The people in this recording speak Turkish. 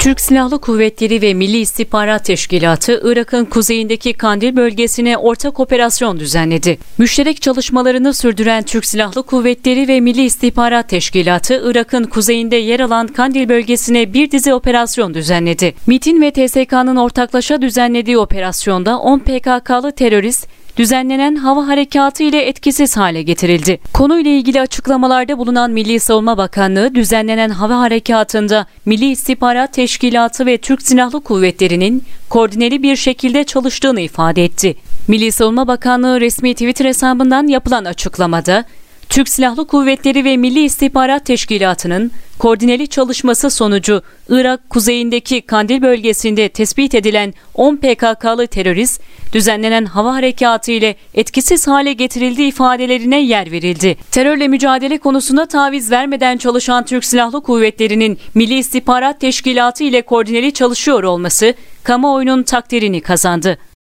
Türk Silahlı Kuvvetleri ve Milli İstihbarat Teşkilatı, Irak'ın kuzeyindeki Kandil bölgesine ortak operasyon düzenledi. Müşterek çalışmalarını sürdüren Türk Silahlı Kuvvetleri ve Milli İstihbarat Teşkilatı, Irak'ın kuzeyinde yer alan Kandil bölgesine bir dizi operasyon düzenledi. MİT'in ve TSK'nın ortaklaşa düzenlediği operasyonda 10 PKK'lı terörist, düzenlenen hava harekatı ile etkisiz hale getirildi. Konuyla ilgili açıklamalarda bulunan Milli Savunma Bakanlığı, düzenlenen hava harekatında Milli İstihbarat Teşkilatı ve Türk Silahlı Kuvvetleri'nin koordineli bir şekilde çalıştığını ifade etti. Milli Savunma Bakanlığı resmi Twitter hesabından yapılan açıklamada, Türk Silahlı Kuvvetleri ve Milli İstihbarat Teşkilatı'nın koordineli çalışması sonucu Irak kuzeyindeki Kandil bölgesinde tespit edilen 10 PKK'lı terörist, düzenlenen hava harekatı ile etkisiz hale getirildiği ifadelerine yer verildi. Terörle mücadele konusunda taviz vermeden çalışan Türk Silahlı Kuvvetleri'nin Milli İstihbarat Teşkilatı ile koordineli çalışıyor olması kamuoyunun takdirini kazandı.